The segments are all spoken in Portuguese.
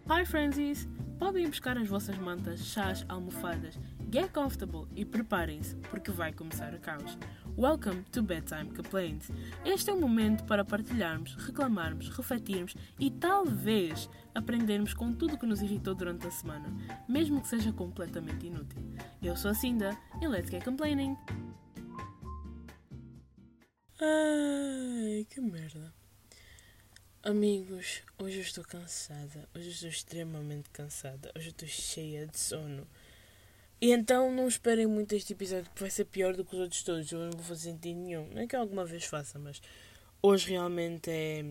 Hi Frenzies! Podem ir buscar as vossas mantas, chás, almofadas, get comfortable e preparem-se porque vai começar o caos. Welcome to Bedtime Complaints. Este é o momento para partilharmos, reclamarmos, refletirmos e talvez aprendermos com tudo que nos irritou durante a semana, mesmo que seja completamente inútil. Eu sou a Cinda e let's get complaining! Ai, que merda! Amigos, hoje eu estou cansada, hoje eu estou extremamente cansada, hoje eu estou cheia de sono. E então não esperem muito este episódio, porque vai ser pior do que os outros todos, eu não vou fazer sentido nenhum. Não é que eu alguma vez faça, mas hoje realmente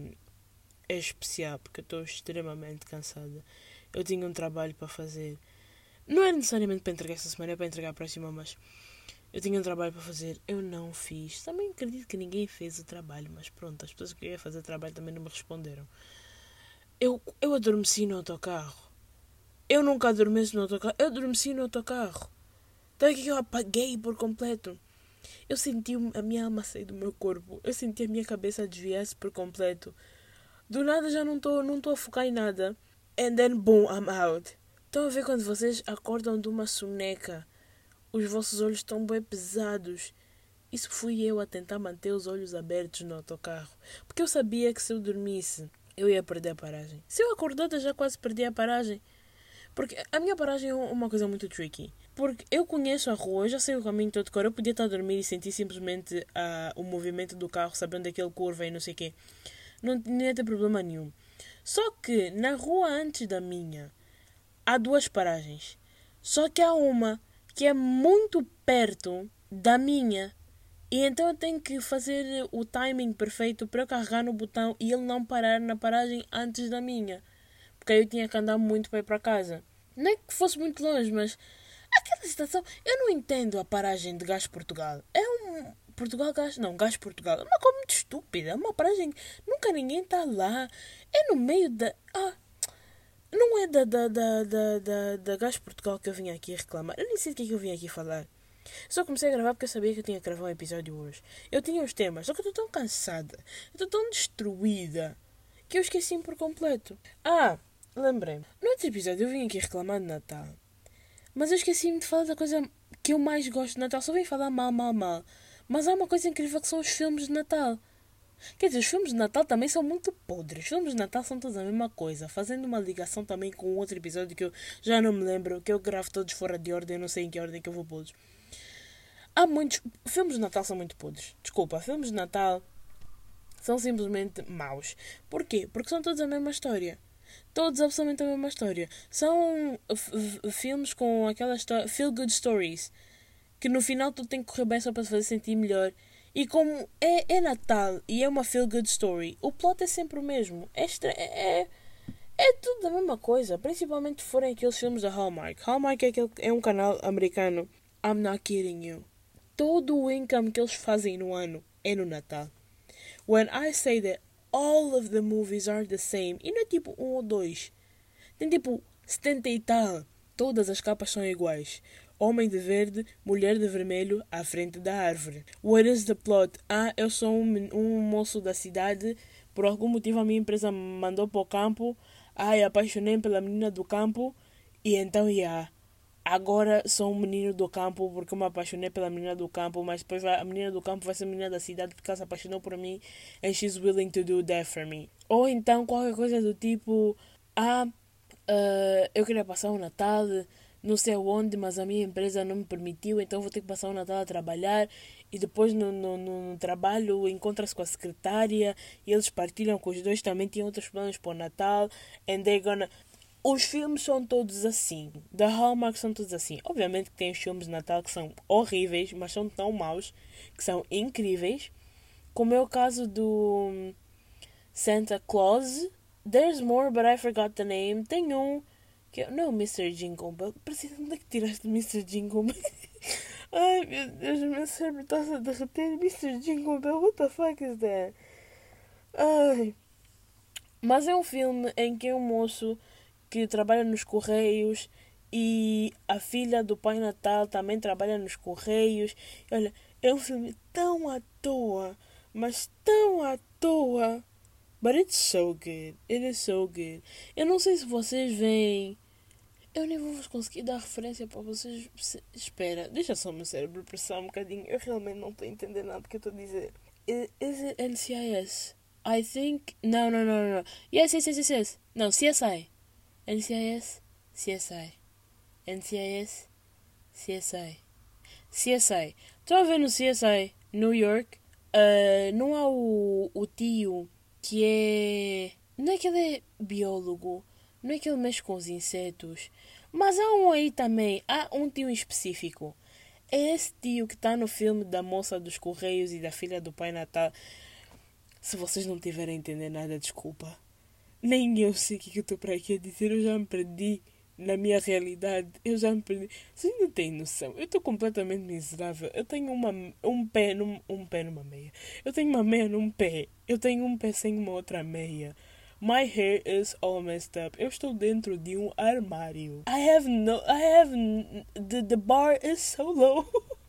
é especial, porque eu estou extremamente cansada. Eu tinha um trabalho para fazer, não era necessariamente para entregar esta semana, é para entregar a próxima, mas eu tinha um trabalho para fazer, eu não fiz. Também acredito que ninguém fez o trabalho, mas pronto, as pessoas que eu ia fazer o trabalho também não me responderam. Eu adormeci no autocarro. Eu nunca adormeço no autocarro. Eu adormeci no autocarro. Então é que eu apaguei por completo. Eu senti a minha alma sair do meu corpo. Eu senti a minha cabeça desviar-se por completo. Do nada já não estou a focar em nada. And then, boom, I'm out. Estão a ver quando vocês acordam de uma soneca? Os vossos olhos estão bem pesados. Isso fui eu a tentar manter os olhos abertos no autocarro. Porque eu sabia que se eu dormisse, eu ia perder a paragem. Se eu acordar, eu já quase perdi a paragem. Porque a minha paragem é uma coisa muito tricky. Porque eu conheço a rua, eu já sei o caminho todo de cor. Eu podia estar a dormir e sentir simplesmente o movimento do carro, sabendo daquele curva e não sei o quê. Não ia ter problema nenhum. Só que na rua antes da minha, há duas paragens. Só que há uma que é muito perto da minha. E então eu tenho que fazer o timing perfeito para eu carregar no botão e ele não parar na paragem antes da minha. Porque aí eu tinha que andar muito para ir para casa. Não é que fosse muito longe, mas aquela situação... Eu não entendo a paragem de Gás Portugal. É um... Portugal Gás... Não, Gás Portugal. É uma coisa muito estúpida. É uma paragem... Nunca ninguém está lá. É no meio da... Não é da Gás Portugal que eu vim aqui reclamar. Eu nem sei do que é que eu vim aqui falar. Só comecei a gravar porque eu sabia que eu tinha que gravar um episódio hoje. Eu tinha os temas, só que eu estou tão cansada, eu estou tão destruída, que eu esqueci-me por completo. Lembrei-me. No outro episódio eu vim aqui reclamar de Natal. Mas eu esqueci-me de falar da coisa que eu mais gosto de Natal. Só vim falar mal. Mas há uma coisa incrível que são os filmes de Natal. Quer dizer, os filmes de Natal também são muito podres. Os filmes de Natal são todos a mesma coisa. Fazendo uma ligação também com outro episódio que eu já não me lembro, que eu gravo todos fora de ordem, eu não sei em que ordem que eu vou pô-los. Há muitos... Filmes de Natal são muito podres. Desculpa, filmes de Natal são simplesmente maus. Porquê? Porque são todos a mesma história. Todos absolutamente a mesma história. São filmes com aquela história... Feel good stories. Que no final tudo tem que correr bem só para te fazer sentir melhor. E como é Natal e é uma feel good story, o plot é sempre o mesmo. É tudo a mesma coisa. Principalmente se forem aqueles filmes da Hallmark. Hallmark é um canal americano. I'm not kidding you. Todo o income que eles fazem no ano é no Natal. When I say that all of the movies are the same, e não é tipo 1 ou 2, tem tipo 70 e tal. Todas as capas são iguais. Homem de verde, mulher de vermelho, à frente da árvore. What is the plot? Eu sou um moço da cidade, por algum motivo a minha empresa me mandou para o campo, apaixonei pela menina do campo, e então, agora sou um menino do campo porque eu me apaixonei pela menina do campo, mas depois a menina do campo vai ser a menina da cidade porque ela se apaixonou por mim and she's willing to do that for me. Ou então qualquer coisa do tipo, eu queria passar o Natal não sei onde, mas a minha empresa não me permitiu, então vou ter que passar o Natal a trabalhar e depois no trabalho encontra-se com a secretária e eles partilham com os dois, também tinham outros planos para o Natal and they're gonna... Os filmes são todos assim. Da Hallmark são todos assim. Obviamente que tem os filmes de Natal que são horríveis, mas são tão maus que são incríveis. Como é o caso do Santa Claus. There's more, but I forgot the name. Tem um que não é o Mr. Jingle Bell. Onde é que tiraste o Mr. Jingle Bell? Ai meu Deus, o meu cérebro está-se a derreter. Mr. Jingle Bell, what the fuck is that? Ai. Mas é um filme em que um moço que trabalha nos Correios e a filha do Pai Natal também trabalha nos Correios. E olha, é um filme tão à toa, mas tão à toa, But it's so good. It is so good. Eu não sei se vocês veem. Eu nem vou conseguir dar referência para vocês. Espera, deixa só o meu cérebro processar um bocadinho. Eu realmente não estou a entender nada do que eu estou a dizer. Is it NCIS? I think. No. Yes. No, CSI. NCIS? CSI. NCIS? CSI. CSI. Estão a ver no CSI New York? Não há o tio que é. Não é que ele é biólogo. Não é que ele mexe com os insetos. Mas há um aí também. Há um tio em específico. É esse tio que está no filme da moça dos Correios e da filha do Pai Natal. Se vocês não tiverem a entender nada, desculpa. Nem eu sei o que eu estou para aqui a dizer. Eu já me perdi na minha realidade. Eu já me perdi. Vocês não têm noção. Eu estou completamente miserável. Eu tenho um pé numa meia. Eu tenho uma meia num pé. Eu tenho um pé sem uma outra meia. My hair is all messed up. Eu estou dentro de um armário. The bar is so low.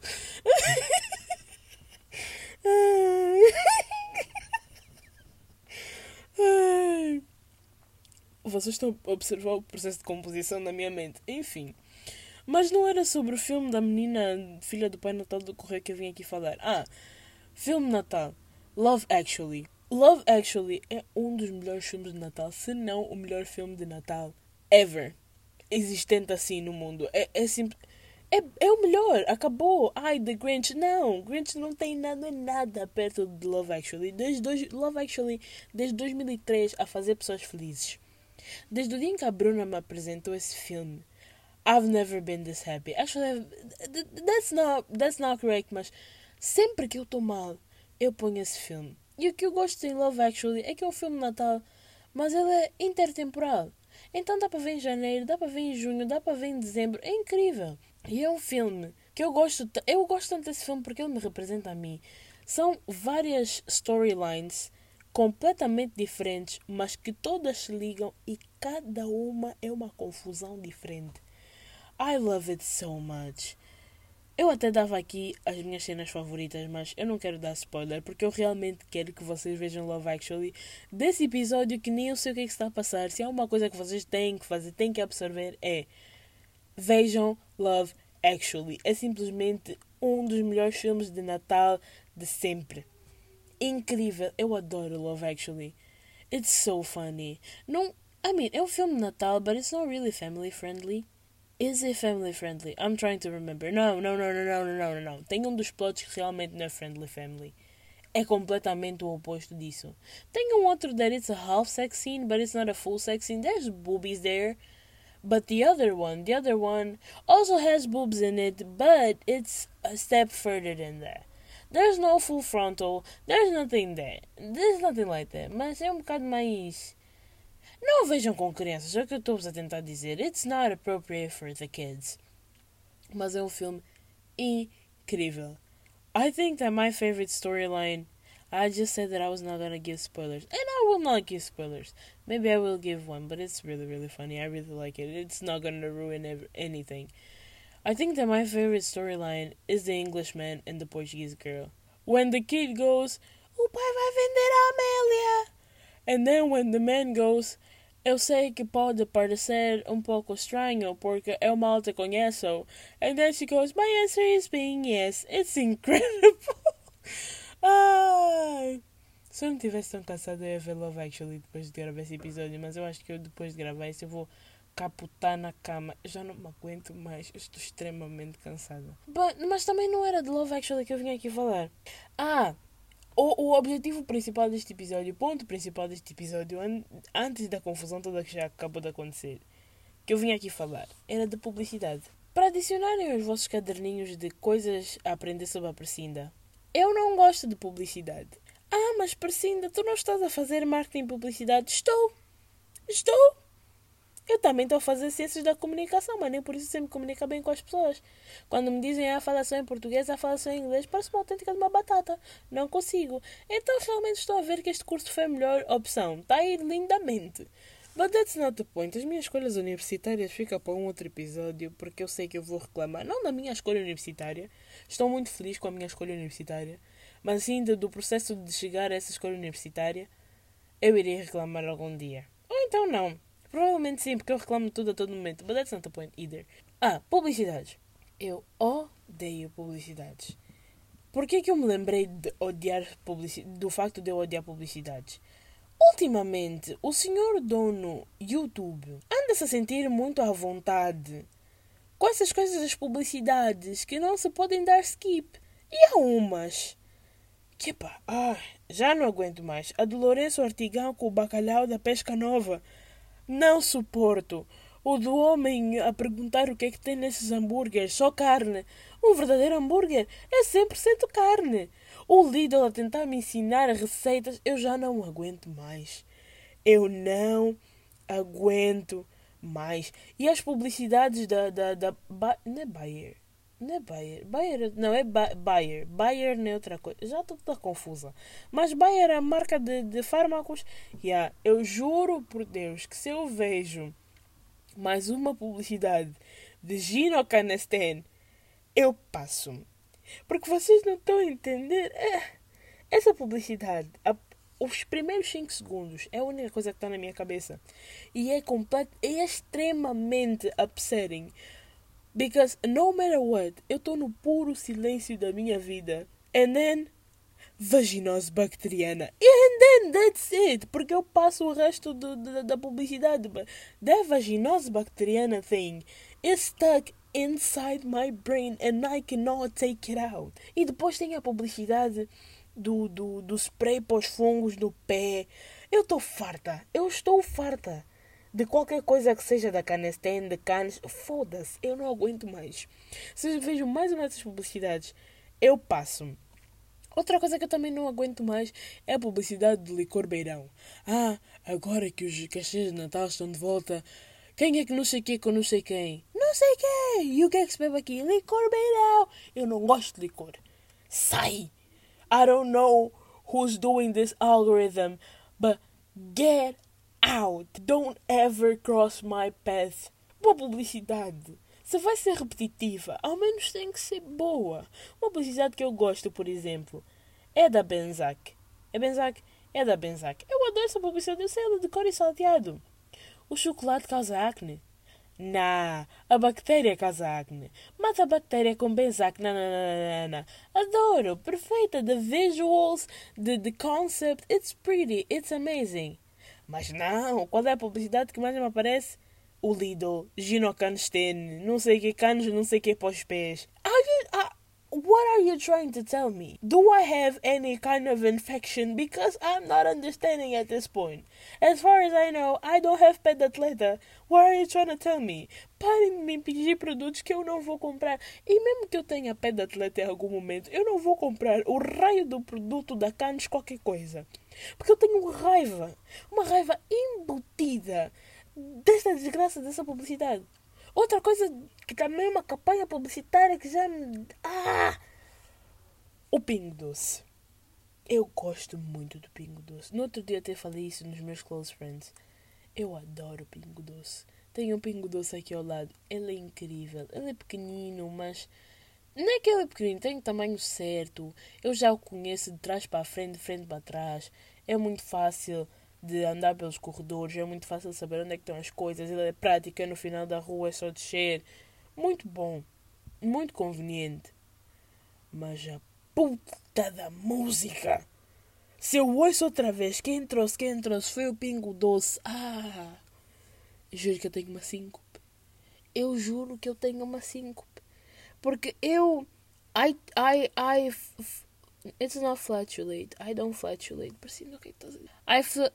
Vocês estão a observar o processo de composição na minha mente. Enfim. Mas não era sobre o filme da menina filha do Pai Natal do Correio que eu vim aqui falar. Filme Natal. Love Actually. Love Actually é um dos melhores filmes de Natal, se não o melhor filme de Natal ever existente assim no mundo. É simples. É o melhor. Acabou. The Grinch. Não. Grinch não tem nada perto de Love Actually. Love Actually, desde 2003, a fazer pessoas felizes. Desde o dia em que a Bruna me apresentou esse filme, I've never been this happy. Actually, that's not correct, mas sempre que eu estou mal, eu ponho esse filme. E o que eu gosto em Love Actually é que é um filme de Natal, mas ele é intertemporal. Então dá para ver em janeiro, dá para ver em junho, dá para ver em dezembro. É incrível. E é um filme que eu gosto tanto desse filme porque ele me representa a mim. São várias storylines completamente diferentes, mas que todas se ligam e cada uma é uma confusão diferente. I love it so much. Eu até dava aqui as minhas cenas favoritas, mas eu não quero dar spoiler, porque eu realmente quero que vocês vejam Love Actually desse episódio que nem eu sei o que é que está a passar. Se há uma coisa que vocês têm que fazer, têm que absorver, vejam Love Actually. É simplesmente um dos melhores filmes de Natal de sempre. Incrível. Eu adoro Love Actually. It's so funny. É um filme de Natal, but it's not really family friendly. Is it family friendly? I'm trying to remember. No. Tem um dos plots que realmente não é friendly family. É completamente o oposto disso. Tem um outro that it's a half sex scene, but it's not a full sex scene. There's boobies there. But the other one also has boobs in it, but it's a step further than that. There's no full frontal. There's nothing there. There's nothing like that. Mas é um bocado mais... Não vejam com crianças, é o que eu estou-vos a tentar dizer. It's not appropriate for the kids. Mas é um filme incrível. I think that my favorite storyline... I just said that I was not gonna give spoilers. And I will not give spoilers. Maybe I will give one, but it's really, really funny. I really like it. It's not gonna ruin anything. I think that my favorite storyline is the Englishman and the Portuguese girl. When the kid goes, o pai vai vender a Amélia. And then when the man goes... Eu sei que pode parecer um pouco estranho porque eu mal te conheço. And then she goes, my answer is being yes. It's incredible. Se eu não tivesse tão cansado, eu ia ver Love Actually depois de gravar esse episódio. Mas eu acho que depois de gravar isso eu vou capotar na cama. Eu já não me aguento mais. Eu estou extremamente cansada. Mas também não era de Love Actually que eu vim aqui falar. O objetivo principal deste episódio, o ponto principal deste episódio, antes da confusão toda que já acabou de acontecer, que eu vim aqui falar, era de publicidade. Para adicionarem aos vossos caderninhos de coisas a aprender sobre a Persinda. Eu não gosto de publicidade. Mas Persinda, tu não estás a fazer marketing e publicidade? Estou. Eu também estou a fazer ciências da comunicação, mas nem por isso sempre comunica bem com as pessoas. Quando me dizem fala só em português, fala só em inglês, parece uma autêntica de uma batata. Não consigo. Então realmente estou a ver que este curso foi a melhor opção. Está a ir lindamente. But that's not the point. As minhas escolhas universitárias ficam para um outro episódio, porque eu sei que eu vou reclamar. Não da minha escolha universitária. Estou muito feliz com a minha escolha universitária. Mas sim do processo de chegar a essa escolha universitária. eu irei reclamar algum dia. Ou então não. Provavelmente sim, porque eu reclamo tudo a todo momento. But that's not the point either. Publicidades. Eu odeio publicidades. Por que eu me lembrei de odiar do facto de eu odiar publicidades? Ultimamente, o senhor dono YouTube anda-se a sentir muito à vontade com essas coisas das publicidades que não se podem dar skip. E há umas que já não aguento mais. A do Lourenço Ortigão com o bacalhau da pesca nova. Não suporto. O do homem a perguntar o que é que tem nesses hambúrgueres. Só carne. Um verdadeiro hambúrguer é 100% carne. O Lidl a tentar me ensinar receitas. Eu já não aguento mais. Eu não aguento mais. E as publicidades não é Bayer. Não é Bayer. Bayer não é Bayer. Bayer não é outra coisa. Já estou toda confusa. Mas Bayer é a marca de fármacos. Eu juro por Deus que se eu vejo mais uma publicidade de Gino Canesten, eu passo. Porque vocês não estão a entender. Essa publicidade, os primeiros 5 segundos, é a única coisa que está na minha cabeça. E é extremamente upsetting. Because no matter what, eu estou no puro silêncio da minha vida. And then, vaginose bacteriana. And then that's it. Porque eu passo o resto da publicidade. But that vaginose bacteriana thing is stuck inside my brain and I cannot take it out. E depois tem a publicidade do spray para os fungos do pé. Eu estou farta. De qualquer coisa que seja da Canesten, de Cannes, foda-se, eu não aguento mais. Se eu vejo mais uma dessas publicidades, eu passo. Outra coisa que eu também não aguento mais é a publicidade do licor beirão. Agora que os cachês de Natal estão de volta, quem é que não sei o que com não sei quem? Não sei quem! E o que é que se bebe aqui? Licor beirão! Eu não gosto de licor. Sai! I don't know who's doing this algorithm, but get out. Don't ever cross my path. Uma publicidade. Se vai ser repetitiva, ao menos tem que ser boa. Uma publicidade que eu gosto, por exemplo, é da Benzac. É Benzac? É da Benzac. Eu adoro essa publicidade. Eu sei ela de cor e salteado. O chocolate causa acne? A bactéria causa acne. Mata a bactéria com Benzac. Não. Adoro. Perfeita. The visuals, the concept. It's pretty. It's amazing. Mas não, qual é a publicidade que mais me aparece? O Lidl, Gino Canesten, não sei que canos, não sei que para os pés. What are you trying to tell me? Do I have any kind of infection? Because I'm not understanding at this point. As far as I know, I don't have pé de atleta. What are you trying to tell me? Parem de me pedir produtos que eu não vou comprar. E mesmo que eu tenha pé de atleta em algum momento, eu não vou comprar o raio do produto da Cannes qualquer coisa. Porque eu tenho raiva. Uma raiva embutida desta desgraça dessa publicidade. Outra coisa que também é uma campanha publicitária que já me... O Pingo Doce. Eu gosto muito do Pingo Doce. No outro dia até falei isso nos meus close friends. Eu adoro o Pingo Doce. Tenho um Pingo Doce aqui ao lado. Ele é incrível. Ele é pequenino, mas... Não é que ele é pequenino, tem o tamanho certo. Eu já o conheço de trás para a frente, de frente para trás. É muito fácil de andar pelos corredores, é muito fácil saber onde é que estão as coisas, ele é prático, é no final da rua, é só descer. Muito bom, muito conveniente. Mas a puta da música! Se eu ouço outra vez, quem trouxe foi o Pingo Doce. Juro que eu tenho uma síncope. Eu juro que eu tenho uma síncope. Porque it's not flatulate. I don't flatulate. Parecendo o que estás a dizer.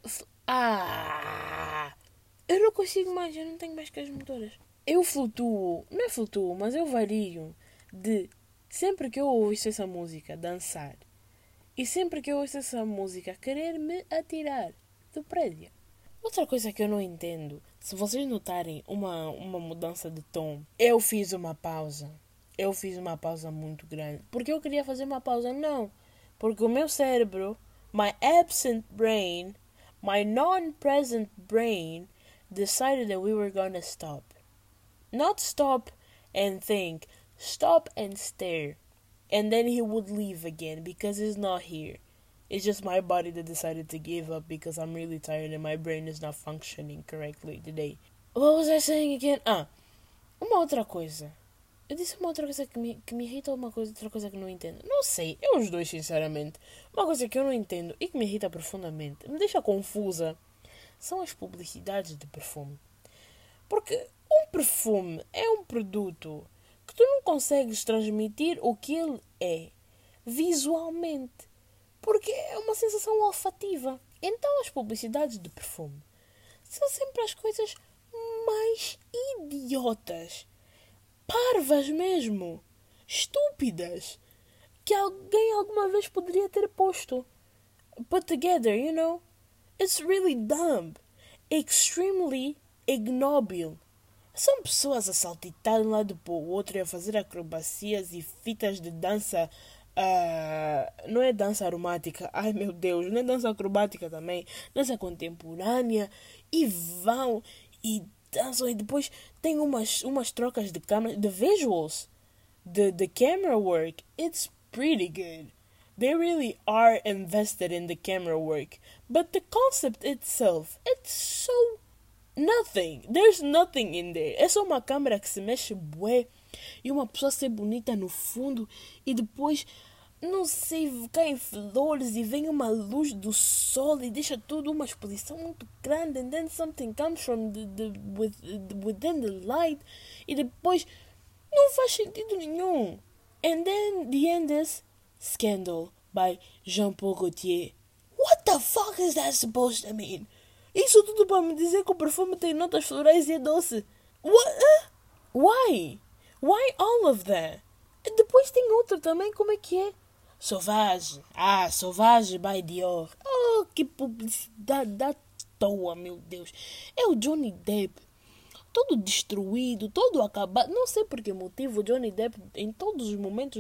Eu não consigo mais. Eu não tenho mais que as motoras. Eu flutuo. Não é flutuo, mas eu vario de... Sempre que eu ouço essa música, dançar. E sempre que eu ouço essa música, querer me atirar do prédio. Outra coisa que eu não entendo. Se vocês notarem uma mudança de tom. Eu fiz uma pausa. Eu fiz uma pausa muito grande. Porque eu queria fazer uma pausa? Não. Porque o meu cérebro, my absent brain, my non-present brain, decided that we were gonna stop. Not stop and think. Stop and stare. And then he would leave again because he's not here. It's just my body that decided to give up because I'm really tired and my brain is not functioning correctly today. What was I saying again? Uma outra coisa. Eu disse uma outra coisa que me irrita ou outra coisa que não entendo? Não sei, é os dois, sinceramente. Uma coisa que eu não entendo e que me irrita profundamente, me deixa confusa, são as publicidades de perfume. Porque um perfume é um produto que tu não consegues transmitir o que ele é visualmente. Porque é uma sensação olfativa. Então as publicidades de perfume são sempre as coisas mais idiotas, parvas mesmo, estúpidas, que alguém alguma vez poderia ter posto. Put together, you know? It's really dumb. Extremely ignoble. São pessoas a saltitar de um lado para o outro e a fazer acrobacias e fitas de dança. Não é dança aromática, ai meu Deus, não é dança acrobática também, dança contemporânea, e vão e dançam, e depois tem umas trocas de câmera, de visuals, the camera work, it's pretty good. They really are invested in the camera work, but the concept itself, it's so nothing. There's nothing in there. É só uma câmera que se mexe bué e uma pessoa ser bonita no fundo e depois, não sei, caem flores e vem uma luz do sol e deixa tudo uma exposição muito grande, and then something comes from within the light e depois não faz sentido nenhum. And then the end is Scandal by Jean-Paul Gaultier. What the fuck is that supposed to mean? Isso tudo para me dizer que o perfume tem notas florais e é doce. What? Why? Why all of that? E depois tem outro também, como é que é? Sauvage. Sauvage by Dior. Oh, que publicidade da toa, meu Deus. É o Johnny Depp. Todo destruído, todo acabado. Não sei por que motivo o Johnny Depp, em todos os momentos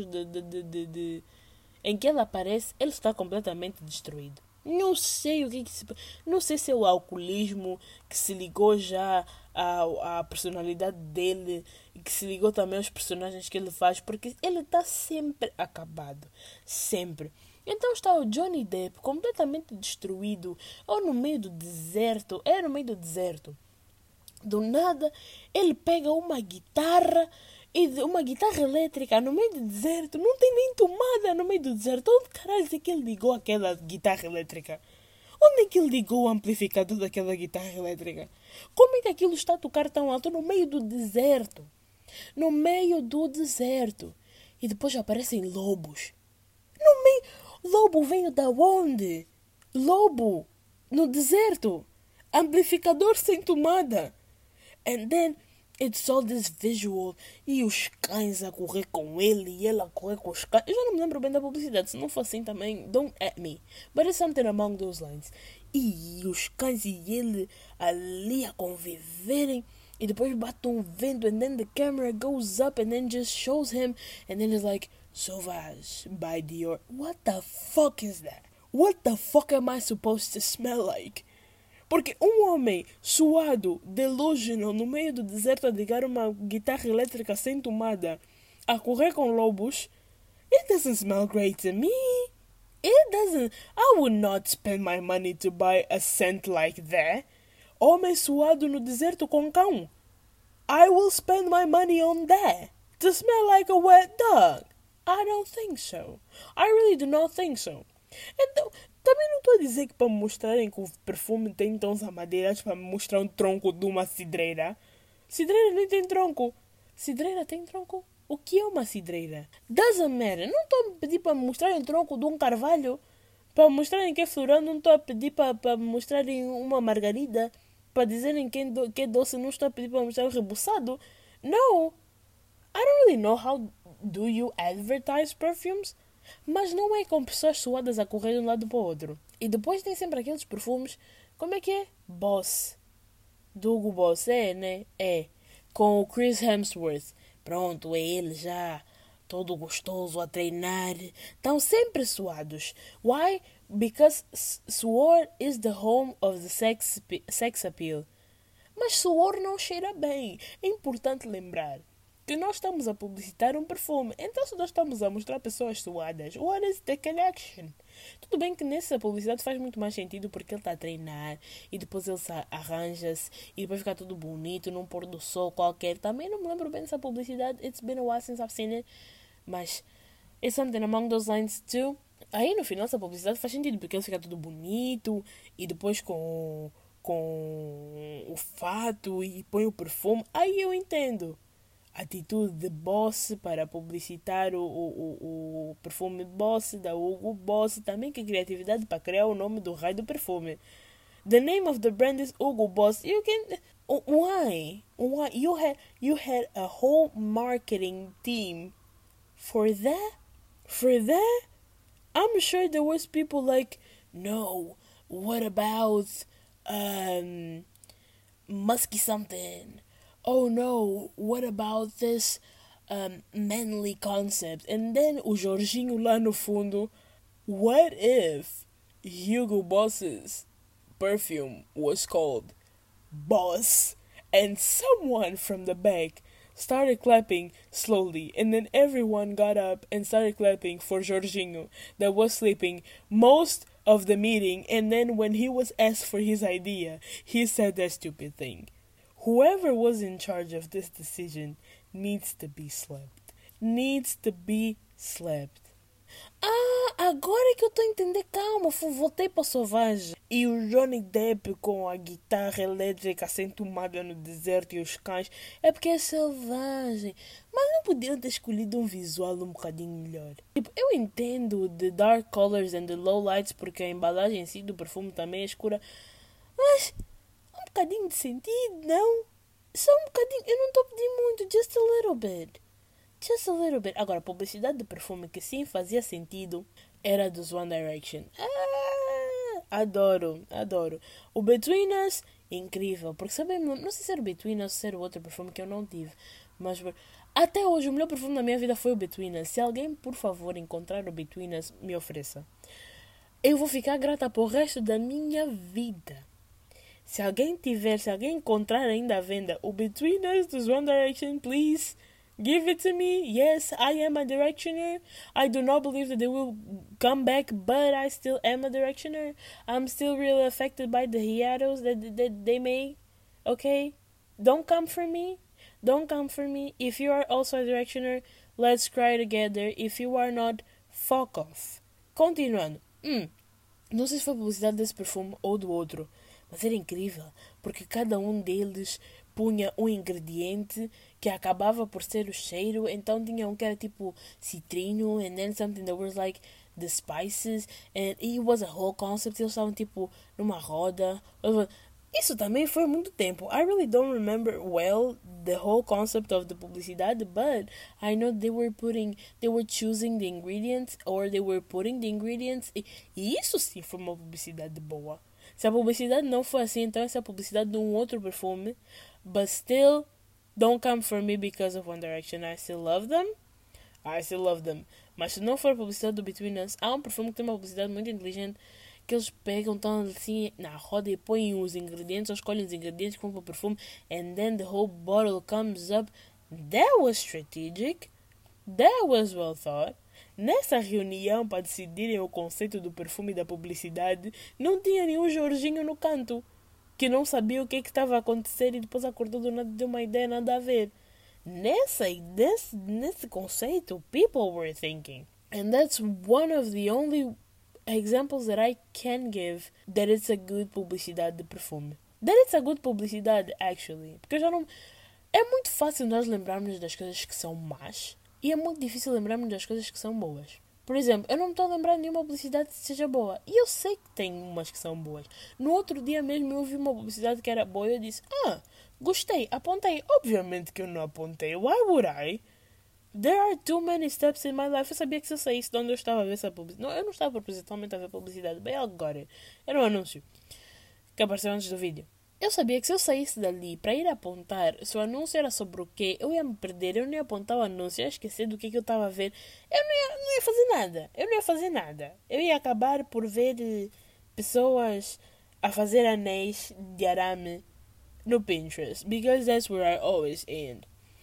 em que ele aparece, ele está completamente destruído. Não sei o que se... Não sei se é o alcoolismo que se ligou já à personalidade dele, que se ligou também aos personagens que ele faz, porque ele está sempre acabado. Sempre. Então está o Johnny Depp completamente destruído, ou no meio do deserto. É no meio do deserto. Do nada, ele pega uma guitarra elétrica no meio do deserto. Não tem nem tomada no meio do deserto. Onde caralho é que ele ligou aquela guitarra elétrica? Onde é que ele ligou o amplificador daquela guitarra elétrica? Como é que aquilo está a tocar tão alto no meio do deserto? No meio do deserto. E depois aparecem lobos. No meio... Lobo veio da onde? Lobo. No deserto. Amplificador sem tomada. And then... It's all this visual. E os cães a correr com ele. E ele a correr com os cães. Eu já não me lembro bem da publicidade. Se não for assim também, don't at me. But it's something among those lines. E os cães e ele ali a conviverem. E depois bate um vento. And then the camera goes up. And then just shows him. And then it's like, Sauvage by Dior. What the fuck is that? What the fuck am I supposed to smell like? Porque um homem suado, delusional, no meio do deserto a ligar uma guitarra elétrica sem tomada, a correr com lobos, it doesn't smell great to me. It doesn't. I would not spend my money to buy a scent like that. Homem suado no deserto com cão. I will spend my money on that. To smell like a wet dog. I don't think so. I really do not think so. Então... Também não estou a dizer que para me mostrarem que o perfume tem tons amadeiras para me mostrar um tronco de uma cidreira. Cidreira nem tem tronco. Cidreira tem tronco? O que é uma cidreira? Doesn't matter. Não estou a pedir para me mostrarem o tronco de um carvalho. Para me mostrarem que é floral. Não estou a pedir para me mostrarem uma margarida. Para dizerem que é doce. Não estou a pedir para me mostrar um rebuçado. No. I don't really know how do you advertise perfumes. Mas não é com pessoas suadas a correr de um lado para o outro. E depois tem sempre aqueles perfumes. Como é que é? Boss. Do Hugo Boss. É, né? É. Com o Chris Hemsworth. Pronto, é ele já. Todo gostoso a treinar. Estão sempre suados. Why? Because suor is the home of the sex appeal. Mas suor não cheira bem. É importante lembrar que nós estamos a publicitar um perfume. Então, se nós estamos a mostrar pessoas suadas, what is the connection? Tudo bem que nessa publicidade faz muito mais sentido porque ele está a treinar e depois ele arranja-se e depois fica tudo bonito num pôr do sol qualquer. Também não me lembro bem dessa publicidade. It's been a while since I've seen it. Mas it's something along those lines too. Aí no final essa publicidade faz sentido porque ele fica tudo bonito e depois com o fato e põe o perfume. Aí eu entendo. Atitude de Boss para publicitar o perfume Boss, da Hugo Boss, também que criatividade para criar o nome do raio do perfume. The name of the brand is Hugo Boss. You can... Why? You had a whole marketing team for that? For that? I'm sure there was people like, no, what about musky something? Oh no, what about this manly concept? And then o Jorginho lá no fundo, what if Hugo Boss's perfume was called Boss? And someone from the back started clapping slowly, and then everyone got up and started clapping for Jorginho that was sleeping most of the meeting, and then when he was asked for his idea, he said that stupid thing. Whoever was in charge of this decision needs to be slapped. Needs to be slapped. Agora que eu estou a entender, calma, voltei para o Sauvage. E o Johnny Depp com a guitarra elétrica sem tomada no deserto e os cães, é porque é selvagem. Mas não podiam ter escolhido um visual um bocadinho melhor. Tipo, eu entendo the dark colors and the low lights porque a embalagem em si do perfume também é escura. Mas um bocadinho de sentido, não? Só um bocadinho, eu não estou a pedir muito, just a little bit. Just a little bit. Agora, a publicidade de perfume que sim fazia sentido era dos One Direction. Adoro. O Between Us, incrível. Porque sabem, não sei se era o Between Us ou se era o outro perfume que eu não tive. Mas até hoje o melhor perfume da minha vida foi o Between Us. Se alguém, por favor, encontrar o Between Us, me ofereça. Eu vou ficar grata por o resto da minha vida. Se alguém encontrar ainda à venda o Between Us dos One Direction, please give it to me. Yes, I am a Directioner. I do not believe that they will come back, but I still am a Directioner. I'm still really affected by the hiatus that they made. Okay? Don't come for me. If you are also a Directioner, let's cry together. If you are not, fuck off. Continuando. Não sei se foi a publicidade desse perfume ou do outro, mas era incrível, porque cada um deles punha um ingrediente que acabava por ser o cheiro. Então tinha um que era tipo citrino, and then something that was like the spices, and it was a whole concept. Eles estavam tipo numa roda. Isso também foi muito tempo. I really don't remember well the whole concept of the publicidade, but I know they were choosing the ingredients, or they were putting the ingredients. E isso sim foi uma publicidade boa. Se a publicidade não foi assim, então essa é a publicidade de um outro perfume. But still, don't come for me because of One Direction. I still love them. Mas se não for a publicidade do Between Us, há um perfume que tem uma publicidade muito inteligente, que eles pegam, estão assim na roda e põem os ingredientes, ou escolhem os ingredientes que vão para o perfume, and then the whole bottle comes up. That was strategic. That was well thought. Nessa reunião para decidirem o conceito do perfume e da publicidade, não tinha nenhum Jorginho no canto, que não sabia o que estava a acontecer e depois acordou do nada de uma ideia nada a ver. Nesse conceito, people were thinking. And that's one of the only examples that I can give that it's a good publicidade de perfume. That it's a good publicidade, actually. Porque eu já não... É muito fácil nós lembrarmos das coisas que são más, e é muito difícil lembrarmos das coisas que são boas. Por exemplo, eu não me estou a lembrar de nenhuma publicidade que seja boa. E eu sei que tem umas que são boas. No outro dia mesmo eu vi uma publicidade que era boa e eu disse, gostei, apontei. Obviamente que eu não apontei. Why would I? There are too many steps in my life. Eu sabia que se eu saísse de onde eu estava a ver essa publicidade... Não, eu não estava propositalmente a ver publicidade. Bem, agora. Era um anúncio que apareceu antes do vídeo. Eu sabia que se eu saísse dali para ir apontar se o anúncio era sobre o quê, eu ia me perder, eu não ia apontar o anúncio, eu ia esquecer do que eu estava a ver. Eu não ia fazer nada. Eu ia acabar por ver pessoas a fazer anéis de arame no Pinterest, because that's where I always end.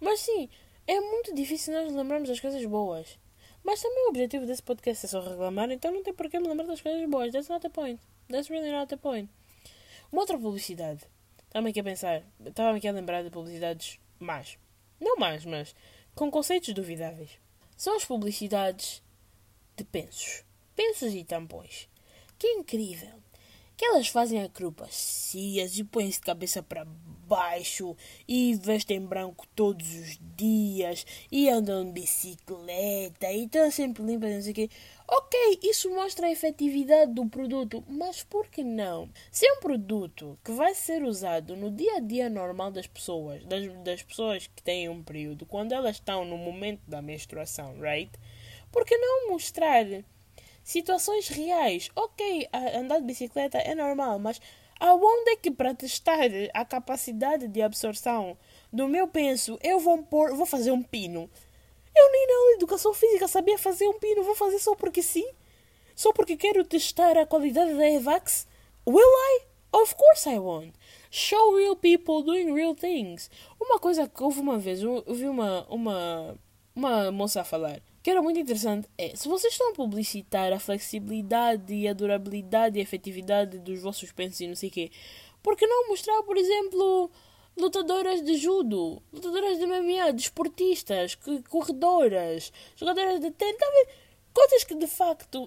Mas sim, é muito difícil nós lembrarmos das coisas boas. Mas também o objetivo desse podcast é só reclamar, então não tem por que me lembrar das coisas boas. That's not the point. That's really not the point. Uma outra publicidade. Estava-me aqui a pensar. Estava-me aqui a lembrar de publicidades más. Não más, mas com conceitos duvidáveis. São as publicidades de pensos. Pensos e tampões. Que é incrível. Que elas fazem acrobacias e põem-se de cabeça para baixo e vestem branco todos os dias e andam de bicicleta e estão sempre limpas, não sei o quê. Ok, isso mostra a efetividade do produto, mas por que não? Se é um produto que vai ser usado no dia a dia normal das pessoas, das pessoas que têm um período, quando elas estão no momento da menstruação, right? Por que não mostrar situações reais? Ok, andar de bicicleta é normal, mas aonde é que para testar a capacidade de absorção do meu penso eu vou fazer um pino? Eu nem na educação física sabia fazer um pino, vou fazer só porque sim? Só porque quero testar a qualidade da Evax? Will I? Of course I won't. Show real people doing real things. Uma coisa que houve uma vez, eu vi uma moça a falar, que era muito interessante, é, se vocês estão a publicitar a flexibilidade e a durabilidade e a efetividade dos vossos pensos e não sei o quê, por que não mostrar, por exemplo, lutadoras de judo, lutadoras de MMA, desportistas, corredoras, jogadoras de tênis, tá vendo? Coisas que de facto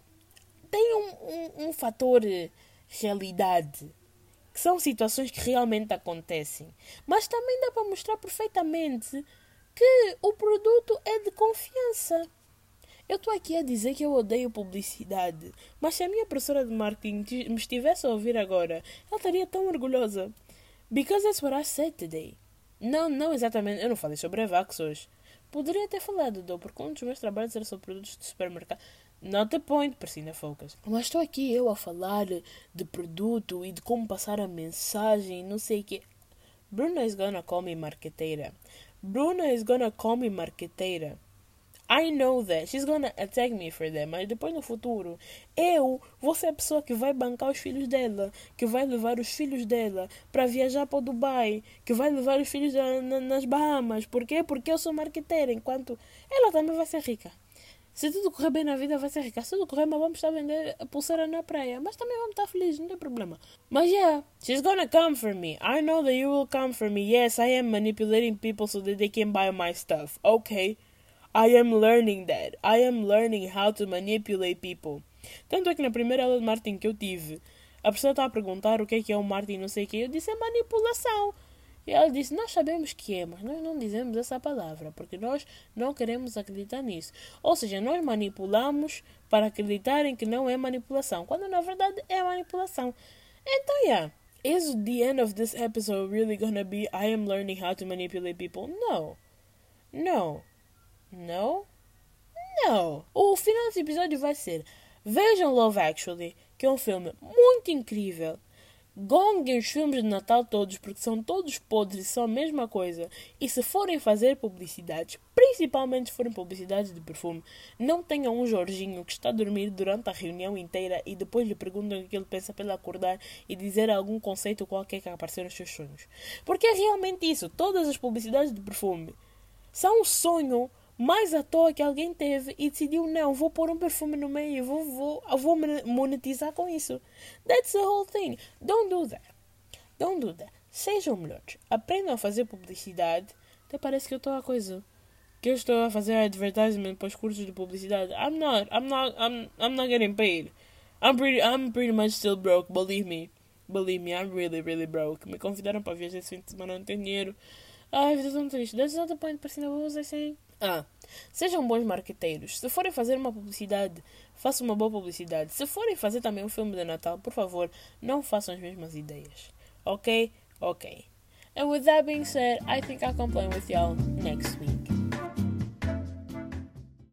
têm um fator realidade, que são situações que realmente acontecem, mas também dá para mostrar perfeitamente que o produto é de confiança. Eu estou aqui a dizer que eu odeio publicidade, mas se a minha professora de marketing me estivesse a ouvir agora, ela estaria tão orgulhosa. Because that's what I said today. Não exatamente, eu não falei sobre a Vax hoje. Poderia ter falado, porque um dos meus trabalhos era sobre produtos de supermercado. Not the point, Priscila Focus. Mas estou aqui eu a falar de produto e de como passar a mensagem, não sei o quê. Bruna is gonna call me marqueteira. Bruna is gonna call me marqueteira. I know that. She's gonna attack me for that. Mas depois no futuro, eu vou ser a pessoa que vai bancar os filhos dela, que vai levar os filhos dela para viajar para o Dubai, que vai levar os filhos dela nas Bahamas. Por quê? Porque eu sou marqueteira, enquanto ela também vai ser rica. Se tudo correr bem na vida, vai ser rica. Se tudo correr mal, vamos estar a vender a pulseira na praia. Mas também vamos estar felizes, não tem problema. Mas yeah, she's gonna come for me. I know that you will come for me. Yes, I am manipulating people so that they can buy my stuff. Okay. I am learning that. I am learning how to manipulate people. Tanto é que na primeira aula de marketing que eu tive, a pessoa estava a perguntar o que é o marketing, não sei o que. Eu disse, é manipulação. E ela disse, nós sabemos que é, mas nós não dizemos essa palavra, porque nós não queremos acreditar nisso. Ou seja, nós manipulamos para acreditarem que não é manipulação, quando na verdade é manipulação. Então, yeah. Is the end of this episode really gonna be I am learning how to manipulate people? No. No. No? No. O final desse episódio vai ser, vejam Love Actually, que é um filme muito incrível. Gonguem os filmes de Natal todos, porque são todos podres e são a mesma coisa. E se forem fazer publicidades, principalmente se forem publicidades de perfume, não tenham um Jorginho que está a dormir durante a reunião inteira e depois lhe perguntam o que ele pensa para ele acordar e dizer algum conceito qualquer que aparecer nos seus sonhos. Porque é realmente isso. Todas as publicidades de perfume são um sonho mais à toa que alguém teve e decidiu, não, vou pôr um perfume no meio, vou monetizar com isso. That's the whole thing. Don't do that. Don't do that. Sejam melhores. Aprendam a fazer publicidade. Até parece que eu estou a coisa. Que eu estou a fazer advertisement para os cursos de publicidade. I'm not getting paid. I'm pretty much still broke, believe me. Believe me, I'm really, really broke. Me convidaram para viajar esse fim de semana, não tenho dinheiro. Ai, vida tão triste. That's not the point, para cima, vou usar assim. Sejam bons marqueteiros. Se forem fazer uma publicidade, façam uma boa publicidade. Se forem fazer também um filme de Natal, por favor, não façam as mesmas ideias. Ok? Ok. And with that being said, I think I'll come play with y'all next week.